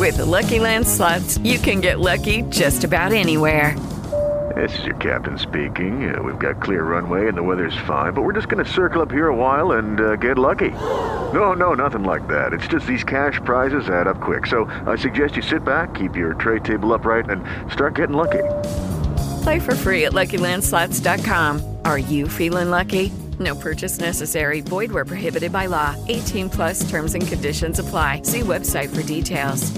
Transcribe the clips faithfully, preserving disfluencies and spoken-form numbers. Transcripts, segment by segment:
With Lucky Land Slots, you can get lucky just about anywhere. This is your captain speaking. Uh, we've got clear runway and the weather's fine, but we're just going to circle up here a while and uh, get lucky. No, no, nothing like that. It's just these cash prizes add up quick. So I suggest you sit back, keep your tray table upright, and start getting lucky. Play for free at Lucky Land Slots dot com. Are you feeling lucky? No purchase necessary. Void where prohibited by law. eighteen plus terms and conditions apply. See website for details.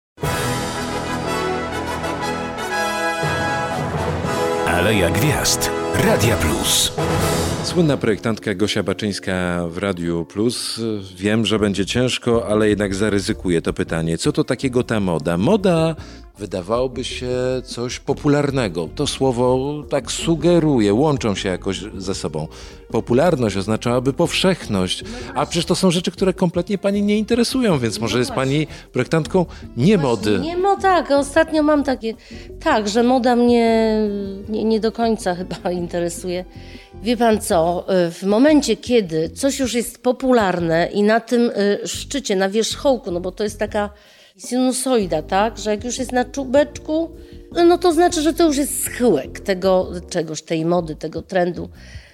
Aleja Gwiazd. Radia Plus. Słynna projektantka Gosia Baczyńska w Radiu Plus. Wiem, że będzie ciężko, ale jednak zaryzykuję to pytanie. Co to takiego ta moda? Moda wydawałoby się coś popularnego. To słowo tak sugeruje, łączą się jakoś ze sobą. Popularność oznaczałaby powszechność, a przecież to są rzeczy, które kompletnie pani nie interesują, więc może jest pani projektantką nie mody. Nie, no tak, ostatnio mam takie, tak, że moda mnie nie, nie do końca chyba interesuje. Wie pan co, w momencie, kiedy coś już jest popularne i na tym szczycie, na wierzchołku, no bo to jest taka sinusoida, tak, że jak już jest na czubeczku, no to znaczy, że to już jest schyłek tego czegoś, tej mody, tego trendu.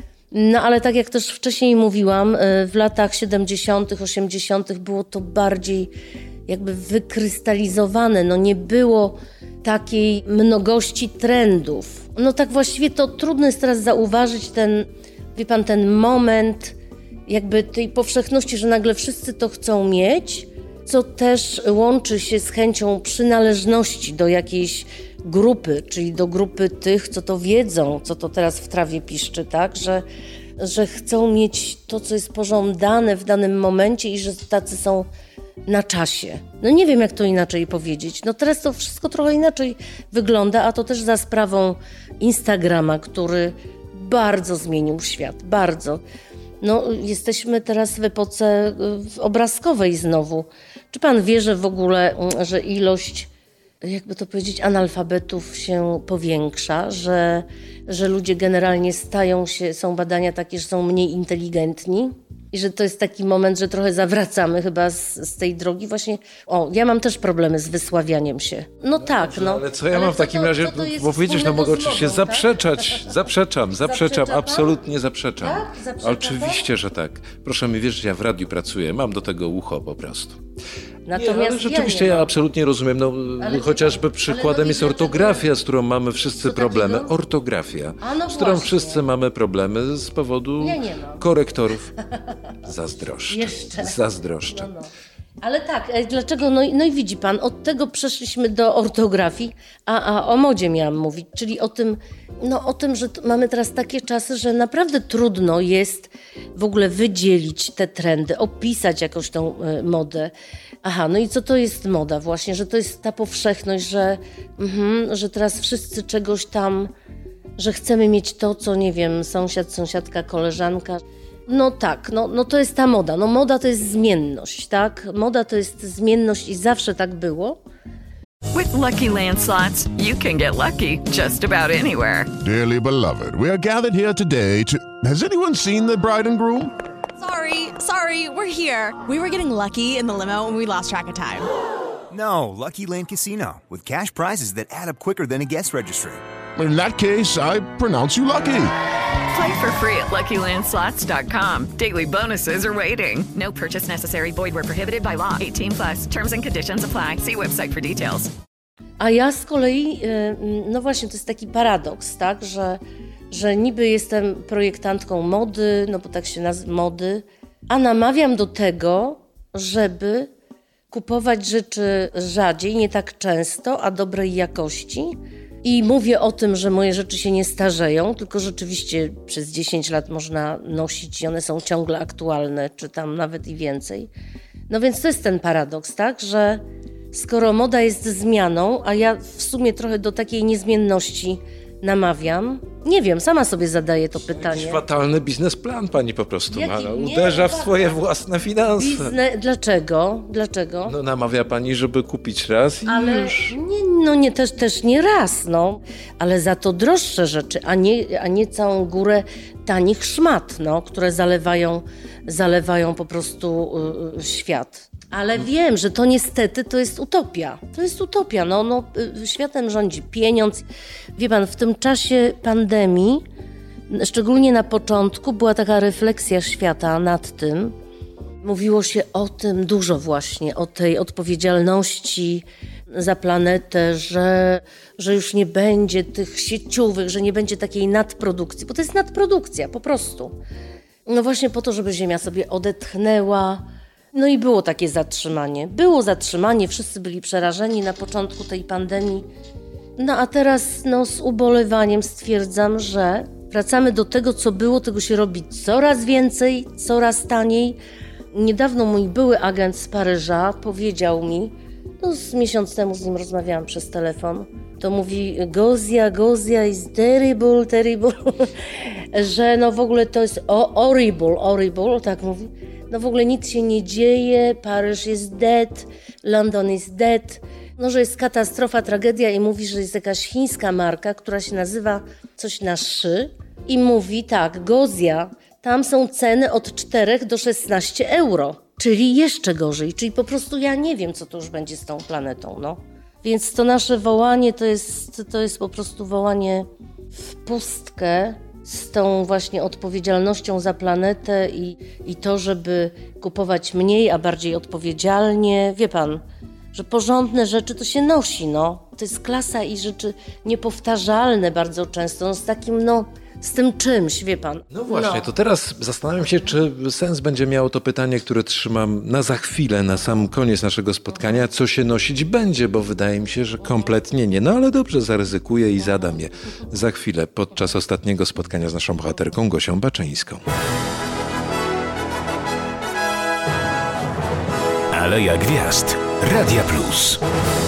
No ale tak jak też wcześniej mówiłam, w latach siedemdziesiątych, osiemdziesiątych było to bardziej jakby wykrystalizowane, no nie było takiej mnogości trendów. No tak właściwie to trudno jest teraz zauważyć ten, wie pan, ten moment jakby tej powszechności, że nagle wszyscy to chcą mieć, co też łączy się z chęcią przynależności do jakiejś grupy, czyli do grupy tych, co to wiedzą, co to teraz w trawie piszczy, tak, że, że chcą mieć to, co jest pożądane w danym momencie i że tacy są na czasie. No nie wiem, jak to inaczej powiedzieć. No teraz to wszystko trochę inaczej wygląda, a to też za sprawą Instagrama, który bardzo zmienił świat, bardzo. No jesteśmy teraz w epoce obrazkowej znowu. Czy pan wie, że w ogóle, że ilość, jakby to powiedzieć, analfabetów się powiększa, że, że ludzie generalnie stają się, są badania takie, że są mniej inteligentni i że to jest taki moment, że trochę zawracamy chyba z, z tej drogi właśnie. O, ja mam też problemy z wysławianiem się. No, no tak, no. Ale co ja ale mam w takim to, razie, bo powiedzieć, no mogę oczywiście modą, zaprzeczać, tak? zaprzeczam, zaprzeczam, Zaprzecza absolutnie zaprzeczam. Tak? Zaprzecza oczywiście, pan? Że tak. Proszę mi wierzyć, ja w radiu pracuję, mam do tego ucho po prostu. Natomiast nie, ale rzeczywiście ja, ja absolutnie rozumiem, no ale chociażby przykładem jest ortografia, z którą mamy wszyscy problemy. Takiego? Ortografia, A no z którą właśnie. wszyscy mamy problemy z powodu nie, nie korektorów. Zazdroszczę. Jeszcze. Zazdroszczę. No, no. Ale tak, dlaczego? No, no i widzi pan, od tego przeszliśmy do ortografii, a, a o modzie miałam mówić, czyli o tym, no o tym, że mamy teraz takie czasy, że naprawdę trudno jest w ogóle wydzielić te trendy, opisać jakąś tą y, modę. Aha, no i co to jest moda właśnie, że to jest ta powszechność, że, mm, że teraz wszyscy czegoś tam, że chcemy mieć to, co nie wiem, sąsiad, sąsiadka, koleżanka. No tak, no, no to jest ta moda. No moda to jest zmienność, tak? Moda to jest zmienność i zawsze tak było. With Lucky Land Slots, you can get lucky just about anywhere. Dearly beloved, we are gathered here today to... Has anyone seen the bride and groom? Sorry, sorry, we're here. We were getting lucky in the limo and we lost track of time. No, Lucky Land Casino, with cash prizes that add up quicker than a guest registry. In that case, I pronounce you lucky. Play for free at Lucky Land Slots dot com. Daily bonuses are waiting. No purchase necessary. Void where prohibited by law. eighteen plus. Terms and conditions apply. See website for details. A ja z kolei, no właśnie, to jest taki paradoks, tak, że, że niby jestem projektantką mody, no bo tak się nazywa, mody, a namawiam do tego, żeby kupować rzeczy rzadziej, nie tak często, a dobrej jakości. I mówię o tym, że moje rzeczy się nie starzeją, tylko rzeczywiście przez dziesięć lat można nosić i one są ciągle aktualne, czy tam nawet i więcej. No więc to jest ten paradoks, tak, że skoro moda jest zmianą, a ja w sumie trochę do takiej niezmienności namawiam, nie wiem, sama sobie zadaję to pytanie. Jakiś fatalny biznesplan pani po prostu Jaki? ma. Nie, Uderza nie, w swoje własne finanse. Bizne... Dlaczego? Dlaczego? No namawia pani, żeby kupić raz i ale już. Nie, no nie, też, też nie raz, no. Ale za to droższe rzeczy, a nie, a nie całą górę tanich szmat, no, które zalewają, zalewają po prostu y, świat. Ale wiem, że to niestety to jest utopia. To jest utopia. No, no, światem rządzi pieniądz. Wie pan, w tym czasie pandemii, szczególnie na początku, była taka refleksja świata nad tym. Mówiło się o tym dużo właśnie, o tej odpowiedzialności za planetę, że, że już nie będzie tych sieciówek, że nie będzie takiej nadprodukcji, bo to jest nadprodukcja po prostu. No właśnie po to, żeby Ziemia sobie odetchnęła. No i było takie zatrzymanie. Było zatrzymanie, wszyscy byli przerażeni na początku tej pandemii. No a teraz no, z ubolewaniem stwierdzam, że wracamy do tego, co było, tego się robi coraz więcej, coraz taniej. Niedawno mój były agent z Paryża powiedział mi, no z miesiąc temu z nim rozmawiałam przez telefon, to mówi Gozia, Gozia is terrible, terrible, że no w ogóle to jest horrible, horrible, tak mówi. No w ogóle nic się nie dzieje, Paryż jest dead, London is dead, no że jest katastrofa, tragedia i mówi, że jest jakaś chińska marka, która się nazywa coś na szy i mówi tak, Gozia, tam są ceny od czterech do szesnastu euro, czyli jeszcze gorzej, czyli po prostu ja nie wiem, co to już będzie z tą planetą, no. Więc to nasze wołanie to jest, to jest po prostu wołanie w pustkę z tą właśnie odpowiedzialnością za planetę i, i to, żeby kupować mniej, a bardziej odpowiedzialnie. Wie pan, że porządne rzeczy to się nosi, no. To jest klasa i rzeczy niepowtarzalne bardzo często, no z takim, no, z tym czymś, wie pan. No właśnie, no. To teraz zastanawiam się, czy sens będzie miało to pytanie, które trzymam na za chwilę, na sam koniec naszego spotkania, co się nosić będzie, bo wydaje mi się, że kompletnie nie. No ale dobrze, zaryzykuję i zadam je za chwilę, podczas ostatniego spotkania z naszą bohaterką Gosią Baczyńską. Aleja Gwiazd. Radia Plus.